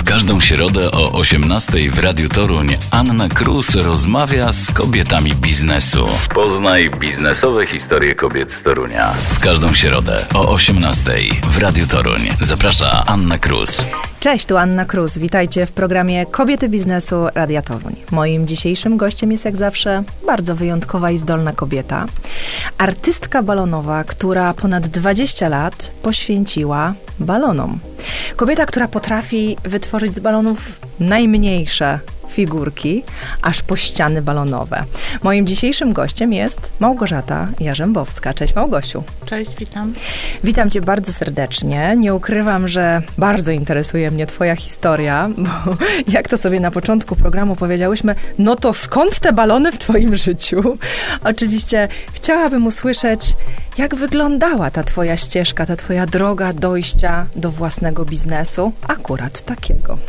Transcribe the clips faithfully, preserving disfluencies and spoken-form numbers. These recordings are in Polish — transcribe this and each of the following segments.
każdą środę o osiemnastej w Radiu Toruń Anna Krus rozmawia z kobietami biznesu. Poznaj biznesowe historie kobiet z Torunia. W każdą środę o osiemnastej w Radiu Toruń zaprasza Anna Krus. Cześć, tu Anna Krus. Witajcie w programie Kobiety Biznesu Radia Toruń. Moim dzisiejszym gościem jest jak zawsze bardzo wyjątkowa i zdolna kobieta. Artystka balonowa, która ponad dwadzieścia lat poświęciła balonom. Kobieta, która potrafi wytworzyć z balonów najmniejsze figurki, aż po ściany balonowe. Moim dzisiejszym gościem jest Małgorzata Jarzębowska. Cześć Małgosiu. Cześć, witam. Witam Cię bardzo serdecznie. Nie ukrywam, że bardzo interesuje mnie Twoja historia, bo jak to sobie na początku programu powiedziałyśmy, no to skąd te balony w Twoim życiu? Oczywiście chciałabym usłyszeć, jak wyglądała ta Twoja ścieżka, ta Twoja droga dojścia do własnego biznesu, akurat takiego.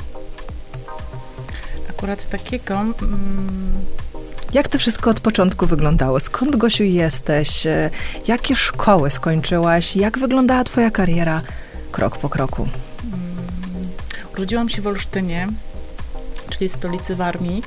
Akurat takiego... Mm... Jak to wszystko od początku wyglądało? Skąd, Gosiu, jesteś? Jakie szkoły skończyłaś? Jak wyglądała Twoja kariera krok po kroku? Mm, urodziłam się w Olsztynie, czyli stolicy Warmii.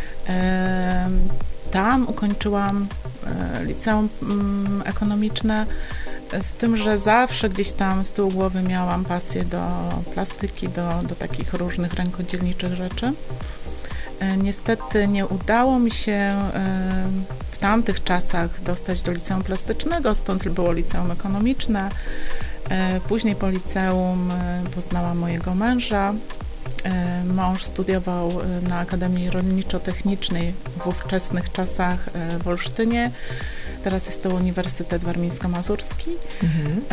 E, tam ukończyłam e, liceum mm, ekonomiczne, z tym, że zawsze gdzieś tam z tyłu głowy miałam pasję do plastyki, do, do takich różnych rękodzielniczych rzeczy. Niestety nie udało mi się w tamtych czasach dostać do liceum plastycznego, stąd było liceum ekonomiczne. Później po liceum poznałam mojego męża. Mąż studiował na Akademii Rolniczo-Technicznej w ówczesnych czasach w Olsztynie. Teraz jest to Uniwersytet Warmińsko-Mazurski. Mhm.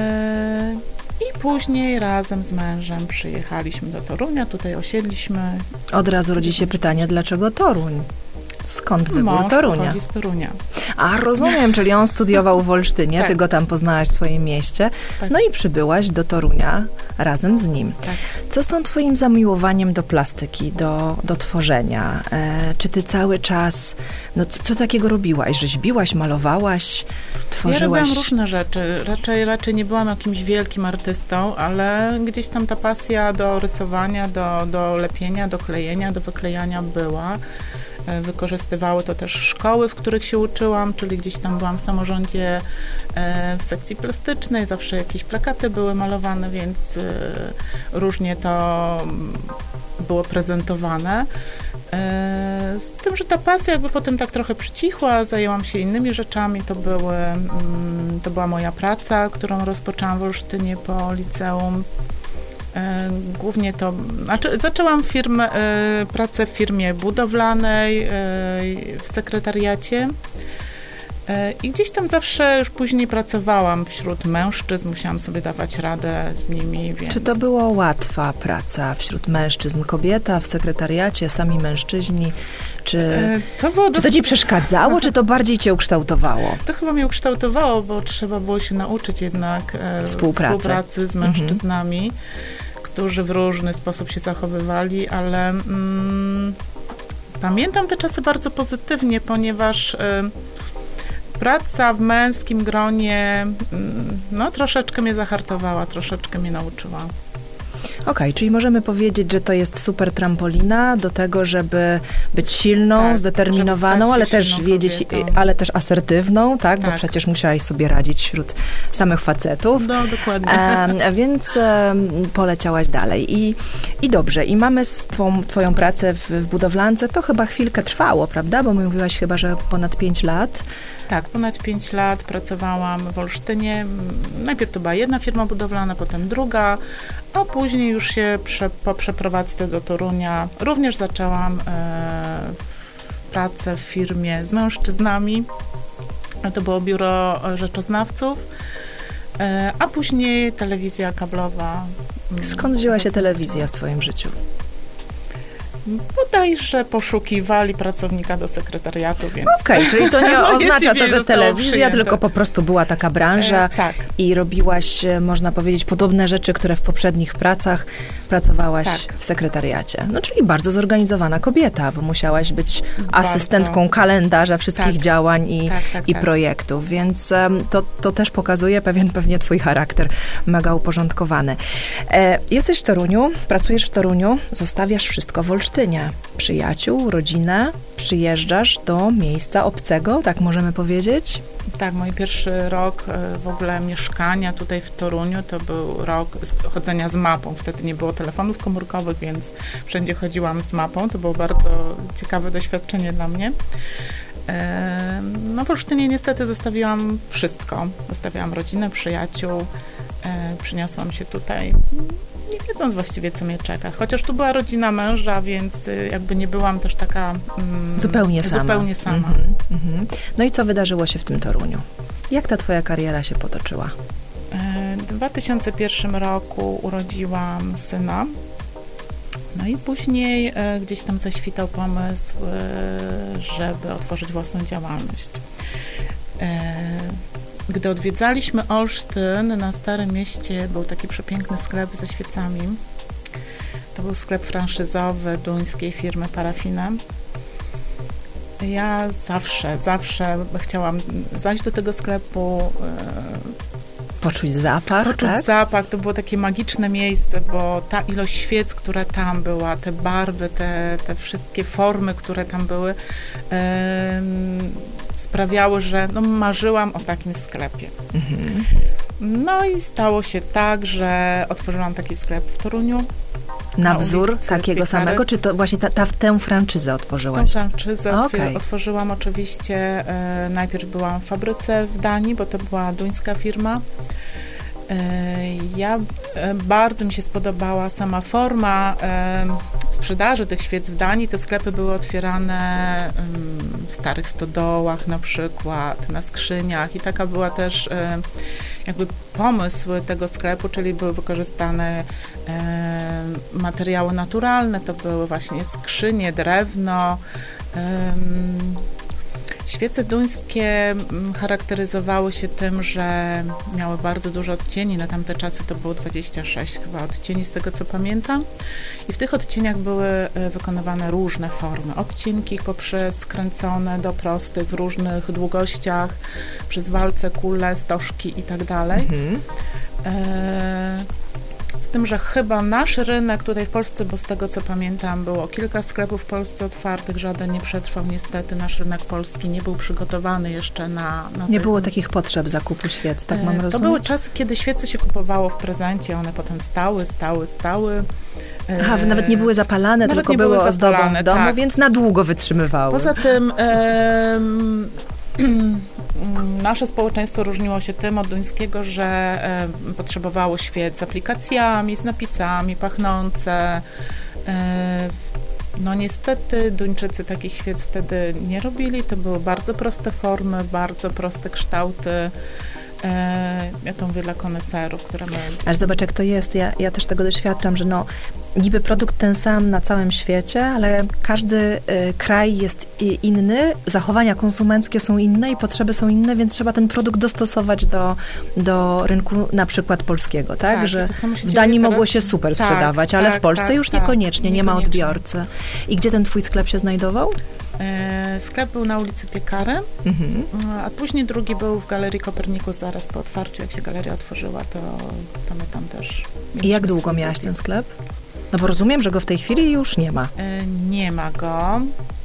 I później razem z mężem przyjechaliśmy do Torunia, tutaj osiedliśmy. Od razu rodzi się pytanie, dlaczego Toruń? Skąd wybór Mąż Torunia? pochodzi z Torunia. A, rozumiem, czyli on studiował w Olsztynie, tak. Ty go tam poznałaś w swoim mieście, tak. No i przybyłaś do Torunia razem z nim. Tak. Co z tą Twoim zamiłowaniem do plastyki, do, do tworzenia? E, czy Ty cały czas, no co, co takiego robiłaś? Rzeźbiłaś, malowałaś, tworzyłaś? Ja robiłam różne rzeczy. Raczej, raczej nie byłam jakimś wielkim artystą, ale gdzieś tam ta pasja do rysowania, do, do lepienia, do klejenia, do wyklejania była. Wykorzystywały to też szkoły, w których się uczyłam, czyli gdzieś tam byłam w samorządzie w sekcji plastycznej, zawsze jakieś plakaty były malowane, więc różnie to było prezentowane. Z tym, że ta pasja jakby potem tak trochę przycichła, zajęłam się innymi rzeczami, to, były, to była moja praca, którą rozpoczęłam w Olsztynie po liceum. Głównie to, znaczy zaczęłam firmę, pracę w firmie budowlanej, w sekretariacie i gdzieś tam zawsze już później pracowałam wśród mężczyzn, musiałam sobie dawać radę z nimi. Więc... Czy to była łatwa praca wśród mężczyzn? Kobieta w sekretariacie, sami mężczyźni? Czy to, było czy to ci przeszkadzało, czy to bardziej cię ukształtowało? To chyba mnie ukształtowało, bo trzeba było się nauczyć jednak Współpracy, współpracy z mężczyznami, mhm. którzy w różny sposób się zachowywali, ale mm, pamiętam te czasy bardzo pozytywnie, ponieważ y, praca w męskim gronie no, troszeczkę mnie zahartowała, troszeczkę mnie nauczyła. Okej, okay, czyli możemy powiedzieć, że to jest super trampolina do tego, żeby być silną, tak, zdeterminowaną, ale też wiedzieć, kobietą. ale też asertywną, tak? tak? Bo przecież musiałaś sobie radzić wśród samych facetów. No, dokładnie. E, więc e, poleciałaś dalej. I, I dobrze, i mamy twą, twoją pracę w, w budowlance, to chyba chwilkę trwało, prawda? Bo mówiłaś chyba, że ponad pięć lat. Tak, ponad pięć lat pracowałam w Olsztynie. Najpierw to była jedna firma budowlana, potem druga, a później już się prze, po przeprowadzce do Torunia również zaczęłam e, pracę w firmie z mężczyznami. To było biuro rzeczoznawców, e, a później telewizja kablowa. Skąd wzięła się telewizja w twoim życiu? Bodajże poszukiwali pracownika do sekretariatu, więc... Okej, okay, czyli to nie no, oznacza to, że telewizja, przyjęte. tylko po prostu była taka branża e, tak. i robiłaś, można powiedzieć, podobne rzeczy, które w poprzednich pracach pracowałaś tak. w sekretariacie. No, czyli bardzo zorganizowana kobieta, bo musiałaś być bardzo. asystentką kalendarza wszystkich tak. działań i, tak, tak, i tak. projektów, więc um, to, to też pokazuje pewien pewnie twój charakter mega uporządkowany. E, jesteś w Toruniu, pracujesz w Toruniu, zostawiasz wszystko w Olsztynie. Przyjaciół, rodzinę, przyjeżdżasz do miejsca obcego, tak możemy powiedzieć? Tak, mój pierwszy rok w ogóle mieszkania tutaj w Toruniu to był rok chodzenia z mapą. Wtedy nie było telefonów komórkowych, więc wszędzie chodziłam z mapą. To było bardzo ciekawe doświadczenie dla mnie. No w Olsztynie niestety zostawiłam wszystko. Zostawiłam rodzinę, przyjaciół. Przyniosłam się tutaj, nie wiedząc właściwie, co mnie czeka. Chociaż tu była rodzina męża, więc jakby nie byłam też taka... Mm, zupełnie sama. Zupełnie sama. Mm-hmm, mm-hmm. No i co wydarzyło się w tym Toruniu? Jak ta twoja kariera się potoczyła? W dwa tysiące pierwszym roku urodziłam syna. No i później e, gdzieś tam zaświtał pomysł, e, żeby otworzyć własną działalność. E, Gdy odwiedzaliśmy Olsztyn, na Starym Mieście był taki przepiękny sklep ze świecami. To był sklep franszyzowy duńskiej firmy Parafina. Ja zawsze, zawsze chciałam zajść do tego sklepu. Poczuć zapach, Poczuć tak? zapach. To było takie magiczne miejsce, bo ta ilość świec, która tam była, te barwy, te, te wszystkie formy, które tam były, yy, sprawiały, że no, marzyłam o takim sklepie. Mhm. No i stało się tak, że otworzyłam taki sklep w Toruniu. Na, na wzór takiego Piekary. Samego, czy to właśnie ta, ta, tę franczyzę otworzyłaś? Tę franczyzę okay. otworzyłam oczywiście, e, najpierw byłam w fabryce w Danii, bo to była duńska firma. E, ja, e, bardzo mi się spodobała sama forma e, sprzedaży tych świec w Danii. Te sklepy były otwierane e, w starych stodołach na przykład, na skrzyniach i taka była też e, jakby pomysł tego sklepu, czyli były wykorzystane e, materiały naturalne, to były właśnie skrzynie, drewno. E, świece duńskie charakteryzowały się tym, że miały bardzo dużo odcieni. Na tamte czasy to było dwadzieścia sześć chyba odcieni, z tego co pamiętam. I w tych odcieniach były wykonywane różne formy. Od cienkich poprzez skręcone do prostych w różnych długościach, przez walce, kule, stożki i tak dalej. Mhm. E- Z tym, że chyba nasz rynek tutaj w Polsce, bo z tego co pamiętam, było kilka sklepów w Polsce otwartych, żaden nie przetrwał niestety. Nasz rynek polski nie był przygotowany jeszcze na... na nie te... było takich potrzeb zakupu świec, tak mam rozumieć? To były czasy, kiedy świece się kupowało w prezencie, one potem stały, stały, stały. Aha, nawet nie były zapalane, nawet tylko nie były, były ozdobą zapalane, w domu, tak. Więc na długo wytrzymywały. Poza tym... Em, nasze społeczeństwo różniło się tym od duńskiego, że e, potrzebowało świec z aplikacjami, z napisami, pachnące. E, no niestety Duńczycy takich świec wtedy nie robili. To były bardzo proste formy, bardzo proste kształty. E, ja to mówię dla koneserów, które my... Ale zobacz, jak to jest. Ja, ja też tego doświadczam, że no niby produkt ten sam na całym świecie, ale każdy y, kraj jest y, inny, zachowania konsumenckie są inne i potrzeby są inne, więc trzeba ten produkt dostosować do, do rynku na przykład polskiego, tak? tak że w Danii teraz... mogło się super tak, sprzedawać, ale tak, w Polsce tak, już tak, niekoniecznie, nie ma odbiorcy. I gdzie ten twój sklep się znajdował? E, sklep był na ulicy Piekary, mhm. a później drugi był w Galerii Kopernikus zaraz po otwarciu. Jak się galeria otworzyła, to, to my tam też... I jak długo miałaś ten sklep? No bo rozumiem, że go w tej chwili już nie ma. E, nie ma go.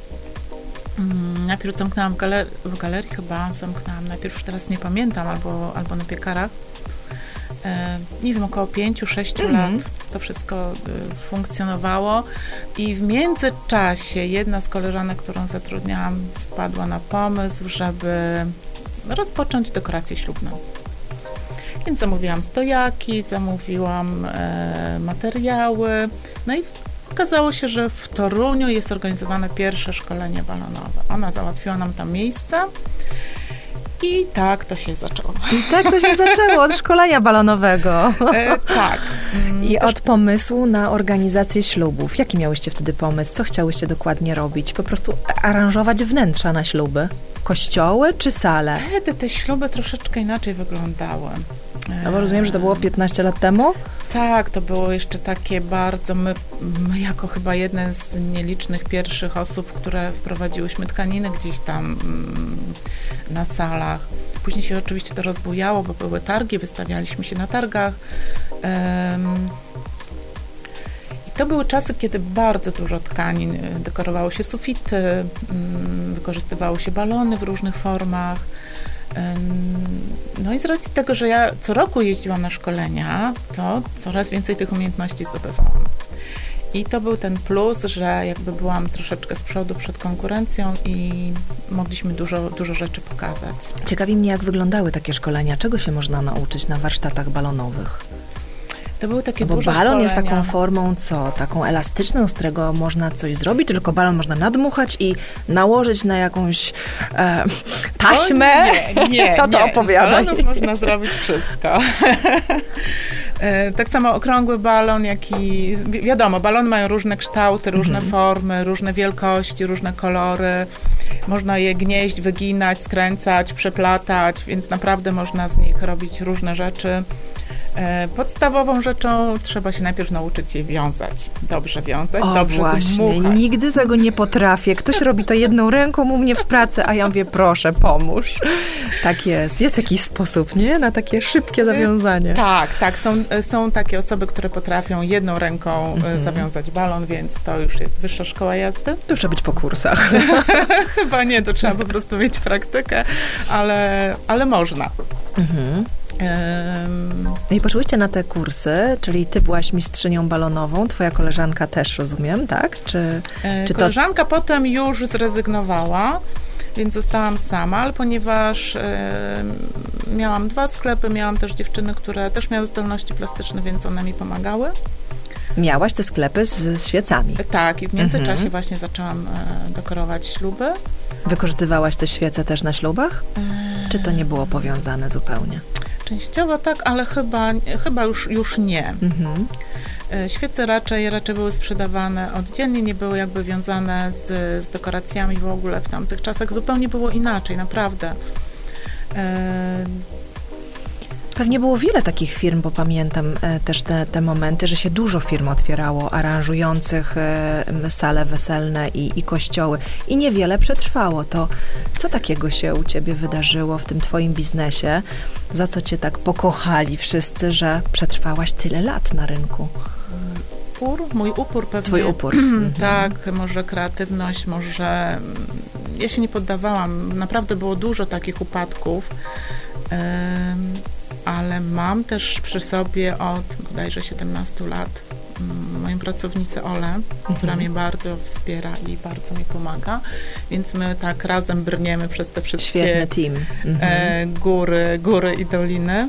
Mm, najpierw zamknęłam w, galer- w galerii chyba, zamknęłam najpierw, już teraz nie pamiętam, albo, albo na Piekarach. E, nie wiem, około pięciu, sześciu mm-hmm. lat to wszystko y, funkcjonowało i w międzyczasie jedna z koleżanek, którą zatrudniałam, wpadła na pomysł, żeby rozpocząć dekorację ślubną. Więc zamówiłam stojaki, zamówiłam e, materiały, no i okazało się, że w Toruniu jest organizowane pierwsze szkolenie balonowe. Ona załatwiła nam tam miejsce I tak to się zaczęło. I tak to się zaczęło od szkolenia balonowego. E, tak. I od pomysłu na organizację ślubów. Jaki miałyście wtedy pomysł? Co chciałyście dokładnie robić? Po prostu aranżować wnętrza na śluby? Kościoły czy sale? Wtedy te śluby troszeczkę inaczej wyglądały. No bo rozumiem, że to było piętnaście lat temu? Tak, to było jeszcze takie bardzo, my, my jako chyba jedne z nielicznych pierwszych osób, które wprowadziłyśmy tkaniny gdzieś tam mm, na salach. Później się oczywiście to rozbujało, bo były targi, wystawialiśmy się na targach. Um, I to były czasy, kiedy bardzo dużo tkanin, dekorowało się sufity, um, wykorzystywało się balony w różnych formach. No i z racji tego, że ja co roku jeździłam na szkolenia, to coraz więcej tych umiejętności zdobywałam. I to był ten plus, że jakby byłam troszeczkę z przodu przed konkurencją i mogliśmy dużo, dużo rzeczy pokazać. Ciekawi mnie, jak wyglądały takie szkolenia. Czego się można nauczyć na warsztatach balonowych? To były takie no bo duże balon szkolenia. Jest taką formą, co? Taką elastyczną, z którego można coś zrobić, tylko balon można nadmuchać i nałożyć na jakąś e, taśmę. O, nie, nie, no to nie. opowiadaj. Z balonów można zrobić wszystko. Tak samo okrągły balon, jak i... Wiadomo, balony mają różne kształty, różne mhm. formy, różne wielkości, różne kolory. Można je gnieść, wyginać, skręcać, przeplatać, więc naprawdę można z nich robić różne rzeczy. Podstawową rzeczą trzeba się najpierw nauczyć je wiązać. Dobrze wiązać, o, dobrze właśnie, dmuchać. Nigdy tego nie potrafię. Ktoś robi to jedną ręką u mnie w pracy, a ja mówię, proszę, pomóż. Tak jest. Jest jakiś sposób, nie? Na takie szybkie zawiązanie. Tak, tak. Są, są takie osoby, które potrafią jedną ręką mhm. zawiązać balon, więc to już jest wyższa szkoła jazdy. To trzeba być po kursach. Chyba nie, to trzeba po prostu mieć praktykę, ale, ale można. Mhm. No i poszłyście na te kursy, czyli ty byłaś mistrzynią balonową, twoja koleżanka też, rozumiem, tak? Czy, czy koleżanka to... potem już zrezygnowała, więc zostałam sama, ale ponieważ e, miałam dwa sklepy, miałam też dziewczyny, które też miały zdolności plastyczne, więc one mi pomagały. Miałaś te sklepy z, z świecami. Tak, i w międzyczasie mhm. właśnie zaczęłam e, dekorować śluby. Wykorzystywałaś te świece też na ślubach? E... Czy to nie było powiązane zupełnie? Częściowo tak, ale chyba, chyba już, już nie. Mhm. Świece raczej, raczej były sprzedawane oddzielnie, nie były jakby wiązane z, z dekoracjami w ogóle w tamtych czasach. Zupełnie było inaczej, naprawdę. E... Pewnie było wiele takich firm, bo pamiętam e, też te, te momenty, że się dużo firm otwierało, aranżujących e, sale weselne i, i kościoły i niewiele przetrwało. To co takiego się u ciebie wydarzyło w tym twoim biznesie, za co cię tak pokochali wszyscy, że przetrwałaś tyle lat na rynku? Upór, mój upór pewnie. Twój upór. Tak, może kreatywność, może... Ja się nie poddawałam. Naprawdę było dużo takich upadków. Um, ale mam też przy sobie od bodajże siedemnastu lat moją pracownicę Olę, mhm. która mnie bardzo wspiera i bardzo mi pomaga, więc my tak razem brniemy przez te wszystkie Świetny team. Mhm. e, góry, góry i doliny.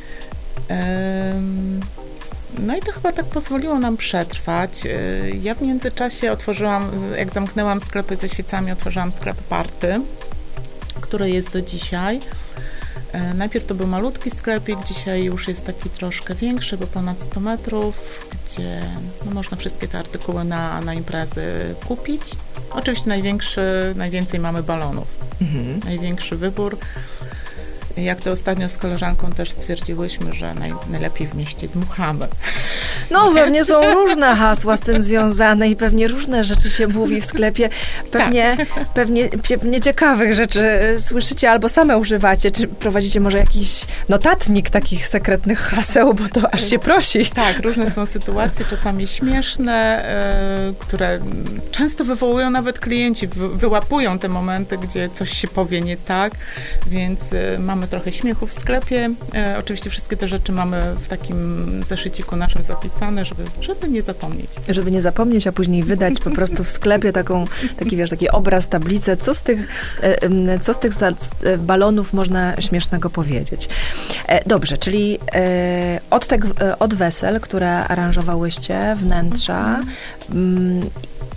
E, no i to chyba tak pozwoliło nam przetrwać. E, ja w międzyczasie otworzyłam, jak zamknęłam sklepy ze świecami, otworzyłam sklep Party, który jest do dzisiaj. Najpierw to był malutki sklepik, dzisiaj już jest taki troszkę większy, bo ponad sto metrów, gdzie no, można wszystkie te artykuły na, na imprezy kupić. Oczywiście największy, najwięcej mamy balonów, mhm. największy wybór. Jak to ostatnio z koleżanką też stwierdziłyśmy, że naj, najlepiej w mieście dmuchamy. No, pewnie są różne hasła z tym związane i pewnie różne rzeczy się mówi w sklepie. Pewnie, tak. pewnie, pewnie ciekawych rzeczy słyszycie albo same używacie. Czy prowadzicie może jakiś notatnik takich sekretnych haseł, bo to aż się prosi. Tak, różne są sytuacje, czasami śmieszne, y, które często wywołują nawet klienci, wy, wyłapują te momenty, gdzie coś się powie nie tak, więc y, mamy trochę śmiechu w sklepie. E, oczywiście wszystkie te rzeczy mamy w takim zeszyciku naszym zapisane, żeby, żeby nie zapomnieć. Żeby nie zapomnieć, a później wydać po prostu w sklepie taką, taki, wiesz, taki obraz, tablicę, co z tych, e, co z tych balonów można śmiesznego powiedzieć. E, dobrze, czyli e, od, te, od wesel, które aranżowałyście, wnętrza, m,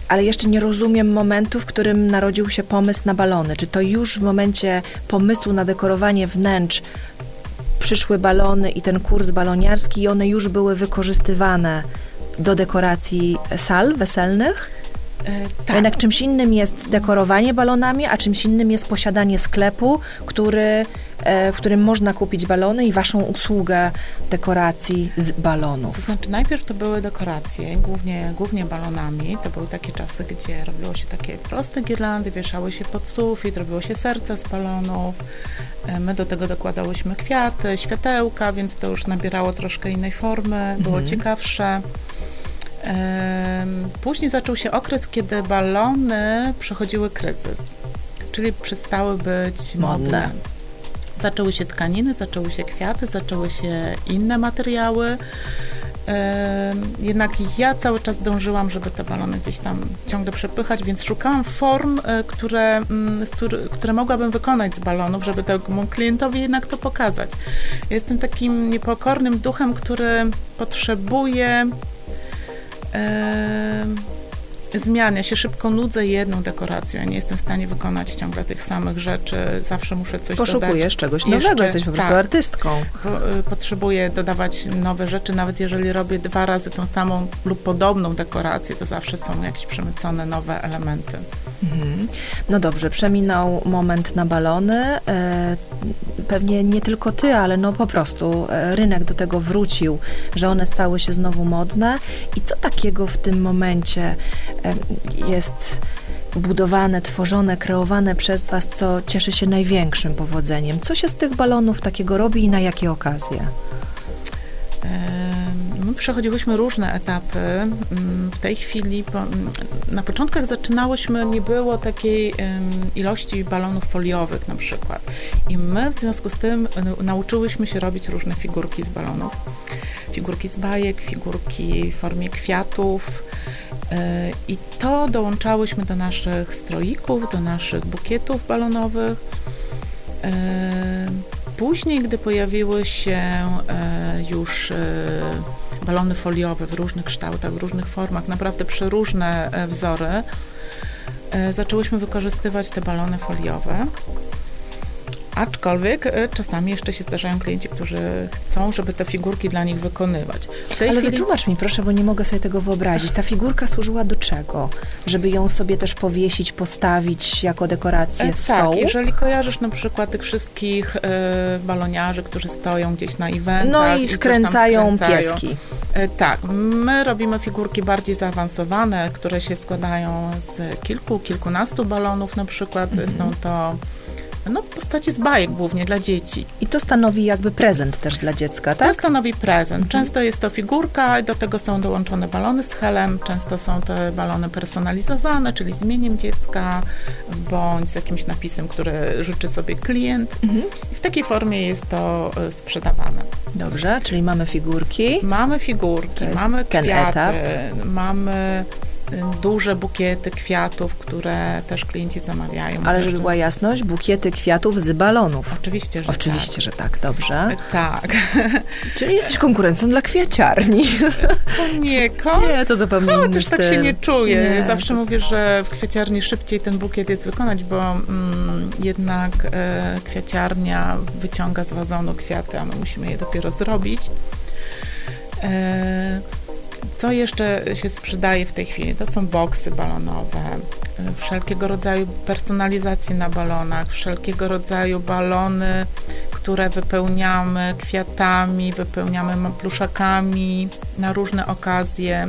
Ale jeszcze nie rozumiem momentu, w którym narodził się pomysł na balony. Czy to już w momencie pomysłu na dekorowanie wnętrz przyszły balony i ten kurs baloniarski i one już były wykorzystywane do dekoracji sal weselnych? E, tak. Jednak czymś innym jest dekorowanie balonami, a czymś innym jest posiadanie sklepu, który, e, w którym można kupić balony i waszą usługę dekoracji z balonów. To znaczy najpierw to były dekoracje, głównie, głównie balonami. To były takie czasy, gdzie robiło się takie proste girlandy, wieszały się pod sufit, robiło się serca z balonów. E, my do tego dokładałyśmy kwiaty, światełka, więc to już nabierało troszkę innej formy, było mhm. ciekawsze. Później zaczął się okres, kiedy balony przechodziły kryzys, czyli przestały być modne. modne. Zaczęły się tkaniny, zaczęły się kwiaty, zaczęły się inne materiały. Jednak ja cały czas dążyłam, żeby te balony gdzieś tam ciągle przepychać, więc szukałam form, które, które mogłabym wykonać z balonów, żeby temu klientowi jednak to pokazać. Ja jestem takim niepokornym duchem, który potrzebuje zmian. Ja się szybko nudzę jedną dekoracją. Ja nie jestem w stanie wykonać ciągle tych samych rzeczy. Zawsze muszę coś Poszukujesz dodać. Poszukujesz czegoś nowego, Jeszcze, jesteś po prostu tak, artystką. Potrzebuję dodawać nowe rzeczy. Nawet jeżeli robię dwa razy tą samą lub podobną dekorację, to zawsze są jakieś przemycone nowe elementy. Mhm. No dobrze, przeminął moment na balony. E, pewnie nie tylko ty, ale no po prostu e, rynek do tego wrócił, że one stały się znowu modne. I co takiego w tym momencie jest budowane, tworzone, kreowane przez was, co cieszy się największym powodzeniem? Co się z tych balonów takiego robi i na jakie okazje? My przechodziłyśmy różne etapy. W tej chwili, na początku jak zaczynałyśmy, nie było takiej ilości balonów foliowych na przykład. I my w związku z tym nauczyłyśmy się robić różne figurki z balonów. Figurki z bajek, figurki w formie kwiatów. I to dołączałyśmy do naszych stroików, do naszych bukietów balonowych. Później, gdy pojawiły się już balony foliowe w różnych kształtach, w różnych formach, naprawdę przeróżne wzory, zaczęłyśmy wykorzystywać te balony foliowe. Aczkolwiek czasami jeszcze się zdarzają klienci, którzy chcą, żeby te figurki dla nich wykonywać. Ale chwili... wytłumacz mi proszę, bo nie mogę sobie tego wyobrazić. Ta figurka służyła do czego? Żeby ją sobie też powiesić, postawić jako dekorację e, stołu? Tak, jeżeli kojarzysz na przykład tych wszystkich e, baloniarzy, którzy stoją gdzieś na eventach. No i, i skręcają, skręcają pieski. E, tak, my robimy figurki bardziej zaawansowane, które się składają z kilku, kilkunastu balonów na przykład. Mhm. Są to no, w postaci z bajek głównie dla dzieci. I to stanowi jakby prezent też dla dziecka, tak? To stanowi prezent. Mhm. Często jest to figurka, do tego są dołączone balony z helem, często są te balony personalizowane, czyli z imieniem dziecka, bądź z jakimś napisem, który życzy sobie klient. Mhm. I w takiej formie jest to sprzedawane. Dobrze, czyli mamy figurki. Mamy figurki, mamy kwiaty, mamy duże bukiety kwiatów, które też klienci zamawiają. Ale żeby była jasność, bukiety kwiatów z balonów. Oczywiście, że Oczywiście, tak. że tak, dobrze. Tak. Czyli jesteś konkurencją dla kwiaciarni. Poniekąd. Nie, to zupełnie inny Chociaż styl. tak się nie czuję. Nie, Zawsze jest... mówię, że w kwiaciarni szybciej ten bukiet jest wykonać, bo mm, jednak e, kwiaciarnia wyciąga z wazonu kwiaty, a my musimy je dopiero zrobić. E, Co jeszcze się sprzedaje w tej chwili? To są boksy balonowe, wszelkiego rodzaju personalizacje na balonach, wszelkiego rodzaju balony, które wypełniamy kwiatami, wypełniamy pluszakami na różne okazje.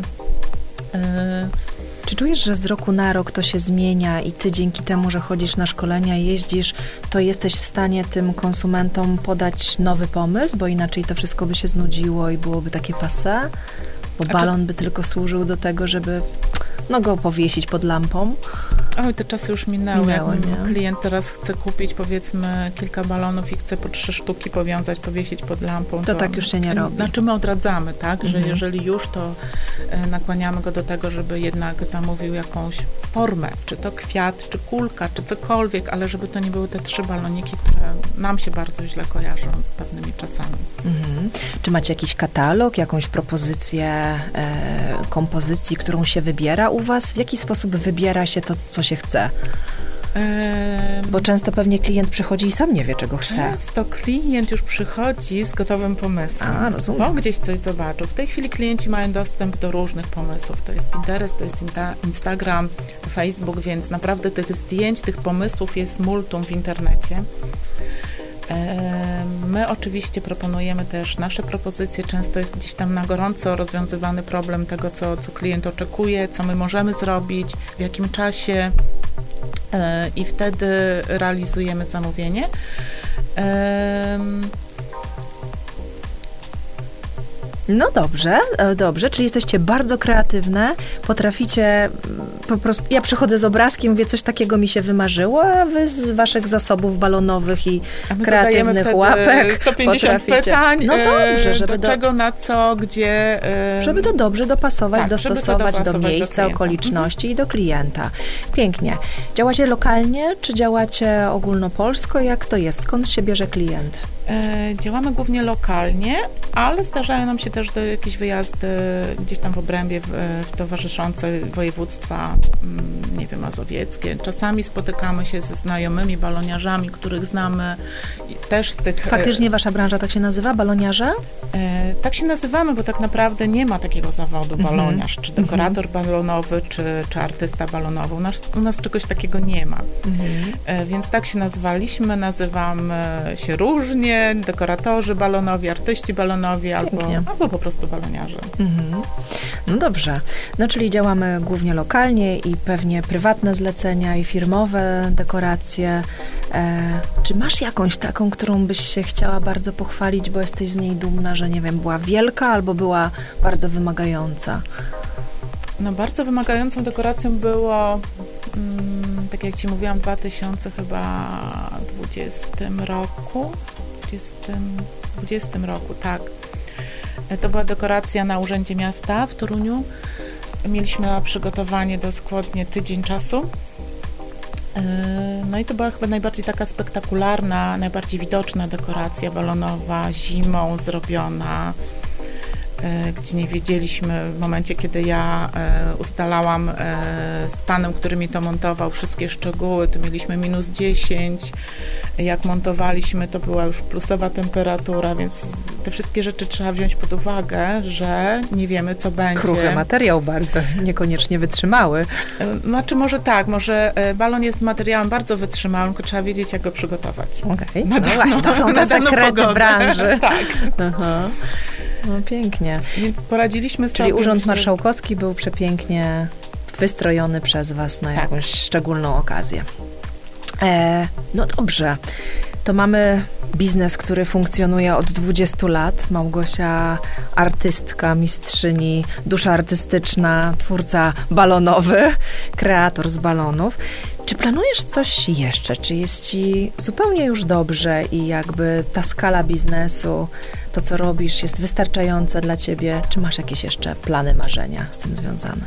Czy czujesz, że z roku na rok to się zmienia i ty dzięki temu, że chodzisz na szkolenia, jeździsz, to jesteś w stanie tym konsumentom podać nowy pomysł, bo inaczej to wszystko by się znudziło i byłoby takie passé? Bo balon by tylko służył do tego, żeby no, go powiesić pod lampą. Oj, te czasy już minęły. Minęły, Jak nie? klient teraz chce kupić, powiedzmy, kilka balonów i chce po trzy sztuki powiązać, powiesić pod lampą. To tak już się nie robi. Znaczy my odradzamy, tak, Mhm. że jeżeli już, to e, nakłaniamy go do tego, żeby jednak zamówił jakąś formę, czy to kwiat, czy kulka, czy cokolwiek, ale żeby to nie były te trzy baloniki, które nam się bardzo źle kojarzą z dawnymi czasami. Mhm. Czy macie jakiś katalog, jakąś propozycję e, kompozycji, którą się wybiera u was? W jaki sposób wybiera się to, co się chce? Em, Bo często pewnie klient przychodzi i sam nie wie, czego chce. Często klient już przychodzi z gotowym pomysłem, A, rozumiem. bo gdzieś coś zobaczył. W tej chwili klienci mają dostęp do różnych pomysłów. To jest Pinterest, to jest Insta- Instagram, Facebook, więc naprawdę tych zdjęć, tych pomysłów jest multum w internecie. Em, My oczywiście proponujemy też nasze propozycje. Często jest gdzieś tam na gorąco rozwiązywany problem tego, co, co klient oczekuje, co my możemy zrobić, w jakim czasie. E, I wtedy realizujemy zamówienie. Em, No dobrze, e, dobrze, czyli jesteście bardzo kreatywne, potraficie mm, po prostu, ja przychodzę z obrazkiem, mówię, coś takiego mi się wymarzyło, a wy z waszych zasobów balonowych i A my kreatywnych zadajemy wtedy łapek sto pięćdziesiąt potraficie. pytań, No dobrze, e, żeby do do- czego, na co, gdzie. e, Żeby to dobrze dopasować, Tak, żeby to dostosować do dopasować do miejsca, klienta. okoliczności i do klienta. Pięknie. Działacie lokalnie, czy działacie ogólnopolsko? Jak to jest? Skąd się bierze klient? E, Działamy głównie lokalnie, ale zdarzają nam się też do jakieś wyjazdy gdzieś tam w obrębie w, w towarzyszące województwa, mm, nie wiem, mazowieckie. Czasami spotykamy się ze znajomymi baloniarzami, których znamy i też z tych... e, Faktycznie wasza branża tak się nazywa? Baloniarze? E, tak się nazywamy, bo tak naprawdę nie ma takiego zawodu baloniarz, czy dekorator balonowy, czy, czy artysta balonowy. U nas, u nas czegoś takiego nie ma. E, więc tak się nazwaliśmy, nazywamy się różnie, dekoratorzy balonowi, artyści balonowi, albo, Pięknie. albo po prostu baloniarze. Mhm. No dobrze. No czyli działamy głównie lokalnie i pewnie prywatne zlecenia i firmowe dekoracje. E, czy masz jakąś taką, którą byś się chciała bardzo pochwalić, bo jesteś z niej dumna, że nie wiem, była wielka albo była bardzo wymagająca? No bardzo wymagającą dekoracją było, mm, tak jak Ci mówiłam, w dwa tysiące dwudziestym roku, dwudziestym, dwudziestym roku, tak. E, To była dekoracja na Urzędzie Miasta w Toruniu. Mieliśmy na przygotowanie dosłownie tydzień czasu. E, No i to była chyba najbardziej taka spektakularna, najbardziej widoczna dekoracja balonowa, zimą zrobiona, e, gdzie nie wiedzieliśmy w momencie, kiedy ja e, ustalałam e, z panem, który mi to montował, wszystkie szczegóły, to mieliśmy minus dziesięć, jak montowaliśmy, to była już plusowa temperatura, więc te wszystkie rzeczy trzeba wziąć pod uwagę, że nie wiemy, co będzie. Kruchy materiał bardzo, niekoniecznie wytrzymały. E, Znaczy może tak, może e, balon jest materiałem bardzo wytrzymałym, tylko trzeba wiedzieć, jak go przygotować. Okej, Na no daną- właśnie, to są na te daną sekrety pogodę. branży. Tak. Aha. No pięknie. Więc poradziliśmy sobie. Czyli Urząd myślę, Marszałkowski był przepięknie wystrojony przez was na Tak. jakąś szczególną okazję. E, no dobrze. To mamy biznes, który funkcjonuje od dwudziestu lat. Małgosia, artystka, mistrzyni, dusza artystyczna, twórca balonowy, kreator z balonów. Czy planujesz coś jeszcze? Czy jest ci zupełnie już dobrze i jakby ta skala biznesu, to co robisz, jest wystarczająca dla ciebie? Czy masz jakieś jeszcze plany, marzenia z tym związane?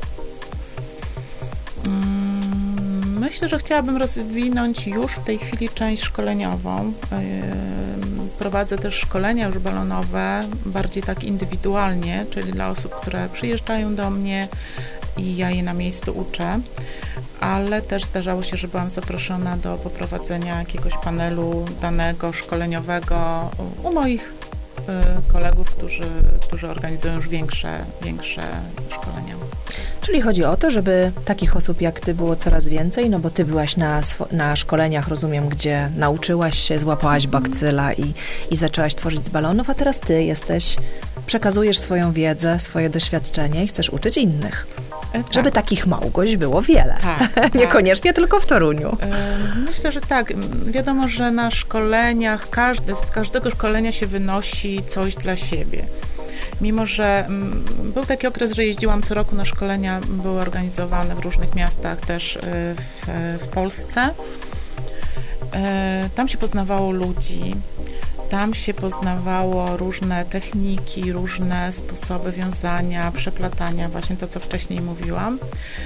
Mm, Myślę, że chciałabym rozwinąć już w tej chwili część szkoleniową. Ym, Prowadzę też szkolenia już balonowe, bardziej tak indywidualnie, czyli dla osób, które przyjeżdżają do mnie i ja je na miejscu uczę, ale też zdarzało się, że byłam zaproszona do poprowadzenia jakiegoś panelu danego szkoleniowego u moich y, kolegów, którzy, którzy organizują już większe, większe szkolenia. Czyli chodzi o to, żeby takich osób jak ty było coraz więcej, no bo ty byłaś na, swo- na szkoleniach, rozumiem, gdzie nauczyłaś się, złapałaś bakcyla i, i zaczęłaś tworzyć z balonów, a teraz ty jesteś, przekazujesz swoją wiedzę, swoje doświadczenie i chcesz uczyć innych. E, tak. Żeby takich Małgoś było wiele. Tak, tak. Niekoniecznie tylko w Toruniu. E, Myślę, że tak. Wiadomo, że na szkoleniach, każde, z każdego szkolenia się wynosi coś dla siebie. mimo że m, był taki okres, że jeździłam co roku na szkolenia, były organizowane w różnych miastach też y, w, w Polsce. Y, tam się poznawało ludzi, tam się poznawało różne techniki, różne sposoby wiązania, przeplatania, właśnie to, co wcześniej mówiłam.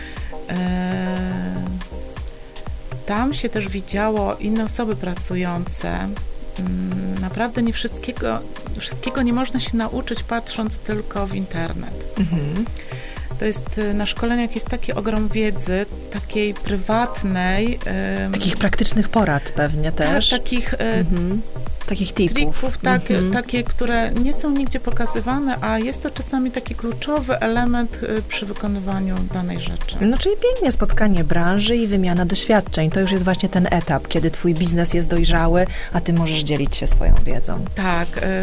Tam się też widziało inne osoby pracujące. Naprawdę nie wszystkiego, wszystkiego nie można się nauczyć, patrząc tylko w internet. Mhm. To jest, na szkoleniach jest taki ogrom wiedzy, takiej prywatnej. Takich praktycznych porad pewnie też. Tak, takich mhm. Takich tipów. Trików, tak, mhm. takie, które nie są nigdzie pokazywane, a jest to czasami taki kluczowy element przy wykonywaniu danej rzeczy. No czyli pięknie spotkanie branży i wymiana doświadczeń. To już jest właśnie ten etap, kiedy twój biznes jest dojrzały, a ty możesz dzielić się swoją wiedzą. Tak.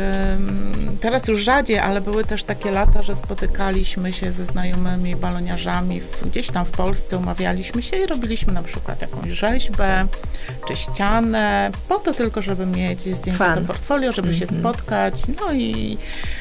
Ym, teraz już rzadziej, ale były też takie lata, że spotykaliśmy się ze znajomymi baloniarzami w, gdzieś tam w Polsce, umawialiśmy się i robiliśmy na przykład jakąś rzeźbę, czy ścianę, po to tylko, żeby mieć zdjęcie do portfolio, żeby mm-hmm. się spotkać, no i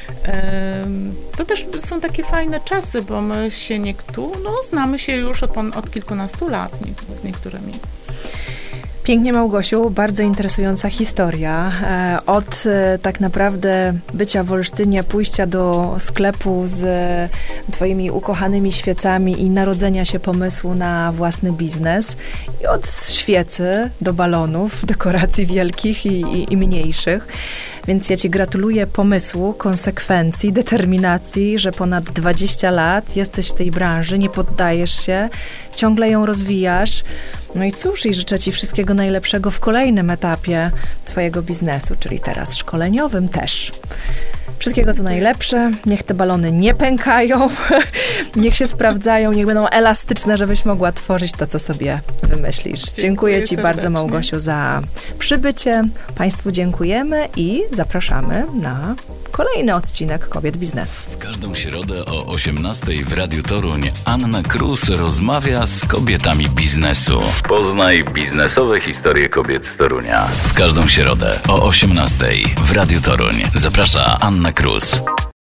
ym, to też są takie fajne czasy, bo my się niektórzy, no znamy się już od, od kilkunastu lat nie, z niektórymi. Pięknie, Małgosiu, bardzo interesująca historia. Od tak naprawdę bycia w Olsztynie, pójścia do sklepu z twoimi ukochanymi świecami i narodzenia się pomysłu na własny biznes. I od świecy do balonów, dekoracji wielkich i, i, i mniejszych. Więc ja ci gratuluję pomysłu, konsekwencji, determinacji, że ponad dwadzieścia lat jesteś w tej branży, nie poddajesz się, ciągle ją rozwijasz. No i cóż, i życzę ci wszystkiego najlepszego w kolejnym etapie twojego biznesu, czyli teraz szkoleniowym też. Wszystkiego co najlepsze, niech te balony nie pękają, niech się sprawdzają, niech będą elastyczne, żebyś mogła tworzyć to, co sobie wymyślisz. Dziękuję, dziękuję ci serdecznie. Bardzo, Małgosiu, za przybycie. Państwu dziękujemy i zapraszamy na kolejny odcinek Kobiet Biznesu. W każdą środę o osiemnastej w Radiu Toruń Anna Krus rozmawia z kobietami biznesu. Poznaj biznesowe historie kobiet z Torunia. W każdą środę o osiemnastej w Radiu Toruń zaprasza Anna Krus.